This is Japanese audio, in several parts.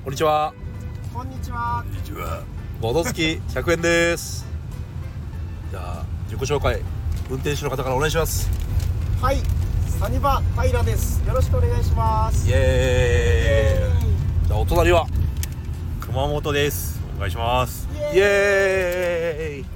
こんにちは。 こんにちは。 こんにちは。 ボド付き100円です。じゃあ自己紹介、運転手の方からお願いします。 はい、サニバ平です。よろしくお願いします。 イエーイ。じゃあお隣は熊本です。お願いします。 イエ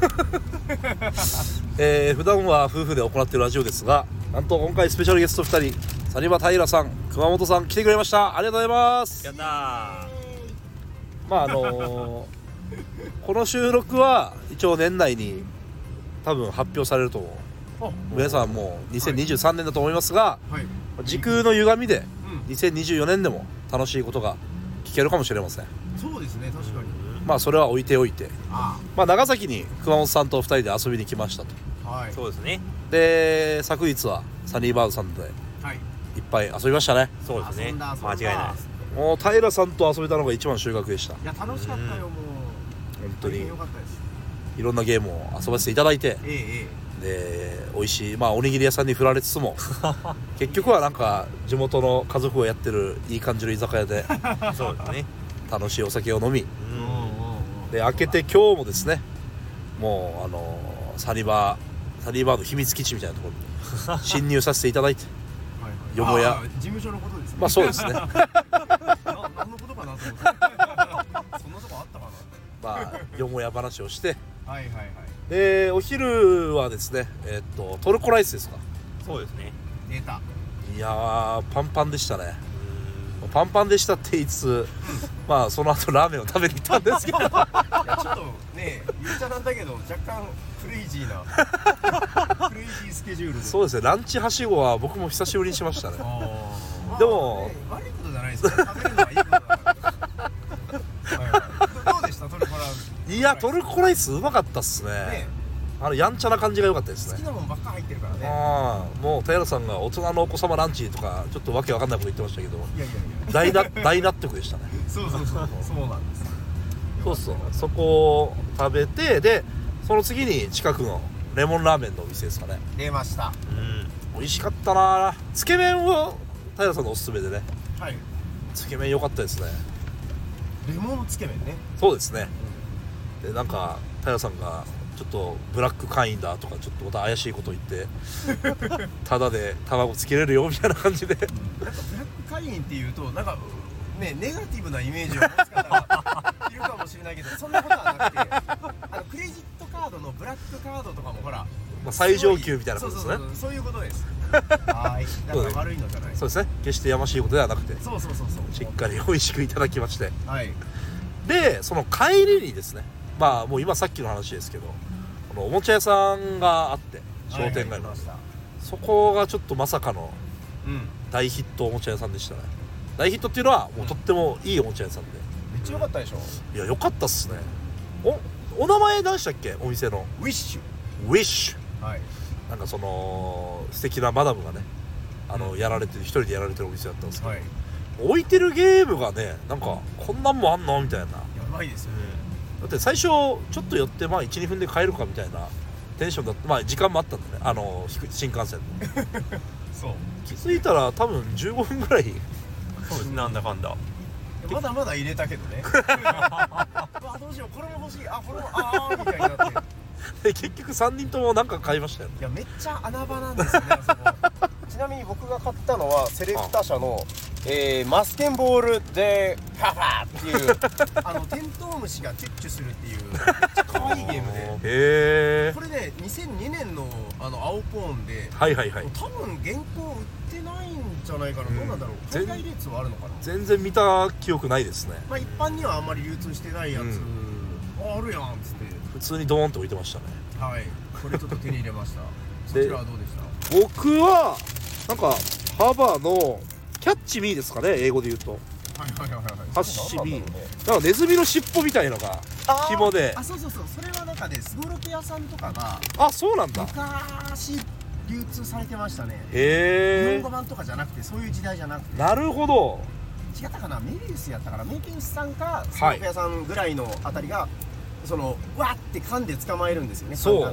ーイ。普段は夫婦で行っているラジオですが、なんと今回スペシャルゲスト2人、サニバ平さん、熊本さん来てくれました。ありがとうございます。 やったー。 まあこの収録は一応年内に多分発表されると思う。皆さんもう2023年だと思いますが、 はい、 時空の歪みで2024年でも楽しいことが聞けるかもしれません。 そうですね、確かに。 まあそれは置いておいて、まあ長崎に熊本さんと2人で遊びに来ましたと。 はい、 そうですね。 で昨日はサニーバードさんでいっぱい遊びましたね。 そうですね。間違いないです。 もう平さんと遊べたのが一番収穫でした。 いや楽しかったよ、もう本当に良かったです。 いろんなゲームを遊ばせていただいて、で美味しい、まあおにぎり屋さんに振られつつも結局はなんか地元の家族がやってるいい感じの居酒屋でそうですね。 楽しいお酒を飲み、で開けて今日もですね、もうサニバーの秘密基地みたいなところに侵入させていただいて、よもや事務所のことですね。 まあそうですね何のことかなと思ってそんなとこあったかまあよもや話をしてな。はいはいはい。 でお昼はですね、トルコライスですか。 そうですね。 出た。 いやーパンパンでしたね。パンパンでしたって言いつつまあその後ラーメンを食べに行ったんですけどいやちょっとね言っちゃなんだけど若干クレイジーなクレイジースケジュールで。 そうですね、ランチはしごは僕も久しぶりにしましたね。でも、 悪いことじゃないですか。食べるのはいいことだからどうでしたトルコラーメン。 いやトルコライスうまかったっすね。やんちゃな感じが良かったですね。 好きなもんばっか入ってるからね。 もう平さんが大人のお子様ランチとかちょっとわけわかんないこと言ってましたけど、 いやいや大納得でしたね。 そうなんです。 そこを食べて、でその次に近くのレモンラーメンのお店ですかね。 出ました。 美味しかったな。つけ麺を平さんのおすすめでね。 はい。 つけ麺良かったですね。 レモンつけ麺ね。 そうですね。でなんか平さんがちょっとブラック会員だとかちょっとまた怪しいこと言ってタダで卵つけれるよみたいな感じで、 なんかブラック会員っていうとなんかねネガティブなイメージを持つ方がいるかもしれないけど、そんなことはなくてクレジットカードのブラックカードとかもほら、 まあ、最上級みたいなことですね。 そういうことです。はいだから悪いのじゃない。 そうですね、決してやましいことではなくて、 そうしっかり美味しくいただきまして、 はい。 でその帰りにですね、まあもう今さっきの話ですけど、このおもちゃ屋さんがあって商店街の、そこがちょっとまさかの大ヒットおもちゃ屋さんでしたね。大ヒットっていうのはもうとってもいいおもちゃ屋さんで、 めっちゃ良かったでしょ。 いや良かったっすね。お名前何でしたっけ、お店の。 ウィッシュ。 ウィッシュ。 はい。 なんかその素敵なマダムがね、やられてる、一人でやられてるお店だったんですけど、 はい、 置いてるゲームがね、なんかこんなんもあんのみたいな。やばいですよね。 だって最初ちょっと寄ってまあ 1,2 分で帰るかみたいなテンションだった。まあ時間もあったんでね、新幹線のそう気づいたら多分15分ぐらいそうです。なんだかんだまだ入れたけどねどうしよう、これも欲しい、これもみたいになってで結局3人ともなんか買いましたよね。 いやめっちゃ穴場なんですよねあそこちなみに僕が買ったのはセレクタ社のマスケンボールでファファっていうテントウムシがキュッキュするっていうめっちゃ可愛いゲームで、これね2002年の青ポーンで、 はいはいはい、 多分現行売ってないんじゃないかな。どうなんだろう、海外流通はあるのかな。 全然見た記憶ないですね。 まあ一般にはあんまり流通してないやつ、あるやんっつって普通にドーンと置いてましたね。 はい、これちょっと手に入れましたそちらはどうでした？ 僕はなんかハバのキャッチミーですかね、英語で言うと。ハッシミー、なんかネズミの尻尾みたいのが紐で、 そうそれはなんかねスゴロク屋さんとかがそうなんだ、 昔流通されてましたね。 日本語版とかじゃなくて、そういう時代じゃなくて。 なるほど。 違ったかな、メビウスやったから、メビウスさんかスゴロク屋さんぐらいのあたりがそのわって噛んで捕まえるんですよね。 そう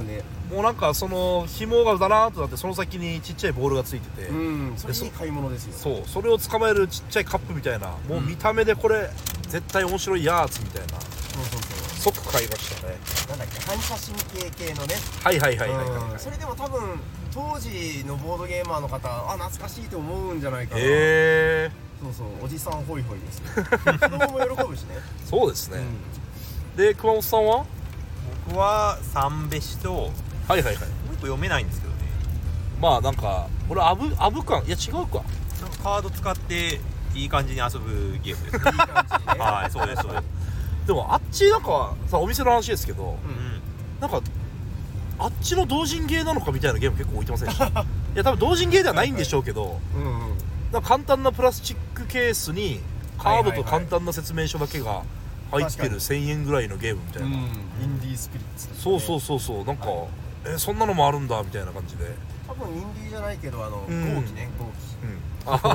もうなんかその紐がだらーんとなってその先にちっちゃいボールがついてて、 それいい買い物ですよ。 そうそれを捕まえるちっちゃいカップみたいな、もう見た目でこれ絶対面白いやつみたいな、即買いましたね。 なんだっけ、反射神経系のね。 はいはいはいはいはい、 それでも多分当時のボードゲーマーの方、あ、懐かしいと思うんじゃないかな。そうそう、おじさんホイホイですよ。子供も喜ぶしね。 そうですね、で熊本さんは？ 僕は三べしと、 はいはいはい、 もう一個読めないんですけどね。 まあなんか俺アブ感、いや違うか、 なんかカード使っていい感じに遊ぶゲームですね。 いい感じにね。 はい、そうですそうです。 でもあっちなんかさ、お店の話ですけど、なんかあっちの同人ゲーなのかみたいなゲーム結構置いてませんでした？いや多分同人ゲーではないんでしょうけど、なんか簡単なプラスチックケースにカードと簡単な説明書だけが入ってる1000円ぐらいのゲームみたいな、 インディースピリッツ、 そうそうそうそう、なんか、そんなのもあるんだみたいな感じで、 多分インディーじゃないけど豪気ね、豪気。 あ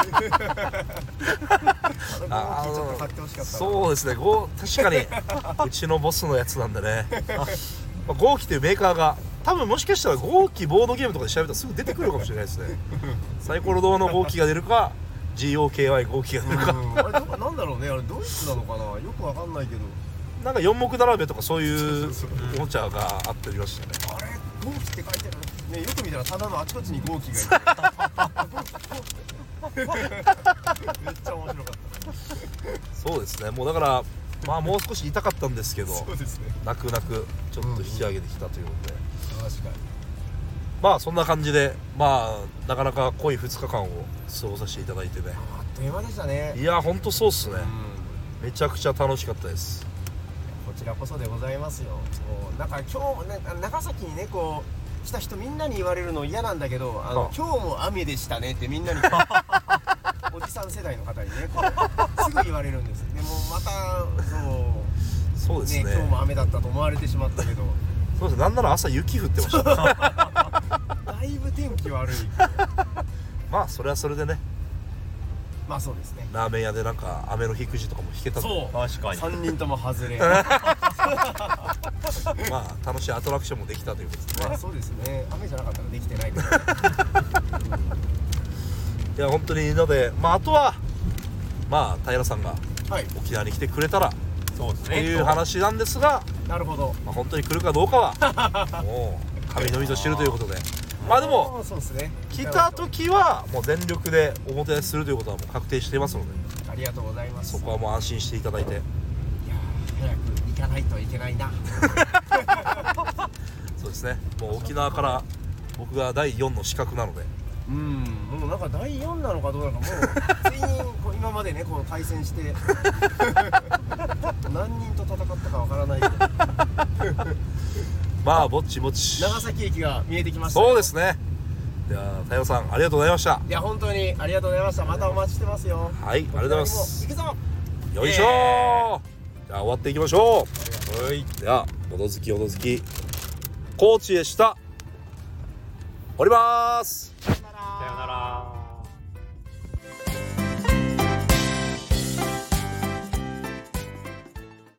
豪気ちょっと買ってほしかったな。 そうですね、確かにうちのボスのやつなんでねまあ豪気というメーカーが多分もしかしたら豪気ボードゲームとかで調べたらすぐ出てくるかもしれないですねサイコロ堂の豪気が出るか GOKY 豪気が出るか、 あれなんだろうね、あれドイツなのかな、よくわかんないけど、 なんか4目並べとかそういうおもちゃがあっておりましたね。 あれ豪気って書いてあるね、よく見たらただのあちこちに豪気がいてめっちゃ面白かった。 そうですね、もうだからまあもう少し痛かったんですけど、 そうですね、 泣く泣くちょっと引き上げてきたということで、 確かに。 まあそんな感じで、まあなかなか濃い2日間を過ごさせていただいてね、 あっという間でしたね。 いやほんとそうっすね、めちゃくちゃ楽しかったです。 こちらこそでございますよ。もうなんか今日もね、長崎にねこう来た人みんなに言われるの嫌なんだけど、今日も雨でしたねってみんなにおじさん世代の方にねこうすぐ言われるんです。でもまたそうですね、 今日も雨だったと思われてしまったけど、 そうですね、なんなら朝雪降ってました、ね、 だいぶ天気悪いまあそれはそれでね、 まあそうですね、 ラーメン屋でなんか雨の日くじとかも引けたと、 そう確かに 3人とも外れまあ楽しいアトラクションもできたということですね。 まあそうですね、雨じゃなかったらできてないからいや本当にので、まああとはまあ平さんがはい、 沖縄に来てくれたらそうですねという話なんですが、 なるほど。 まあ、本当に来るかどうかはもう神のみぞ知るということで、まあでもそうですね、 来た時はもう全力でおもてなしするということはもう確定していますので、 ありがとうございます。 そこはもう安心していただいて、 いやー早く行かないといけないなそうですね、もう沖縄から僕が第4の資格なので、 もうなんか第4なのかどうなのか、もう全員こう今までねこう対戦して何人と戦ったかわからないけどまあぼっちぼち長崎駅が見えてきました。 そうですね。では太陽さんありがとうございました。 いや本当にありがとうございました。またお待ちしてますよ。 はい、ありがとうございます。 行くぞ。 よいしょー。じゃあ終わっていきましょう。はい、ではおどずき高知でした。降りまーす。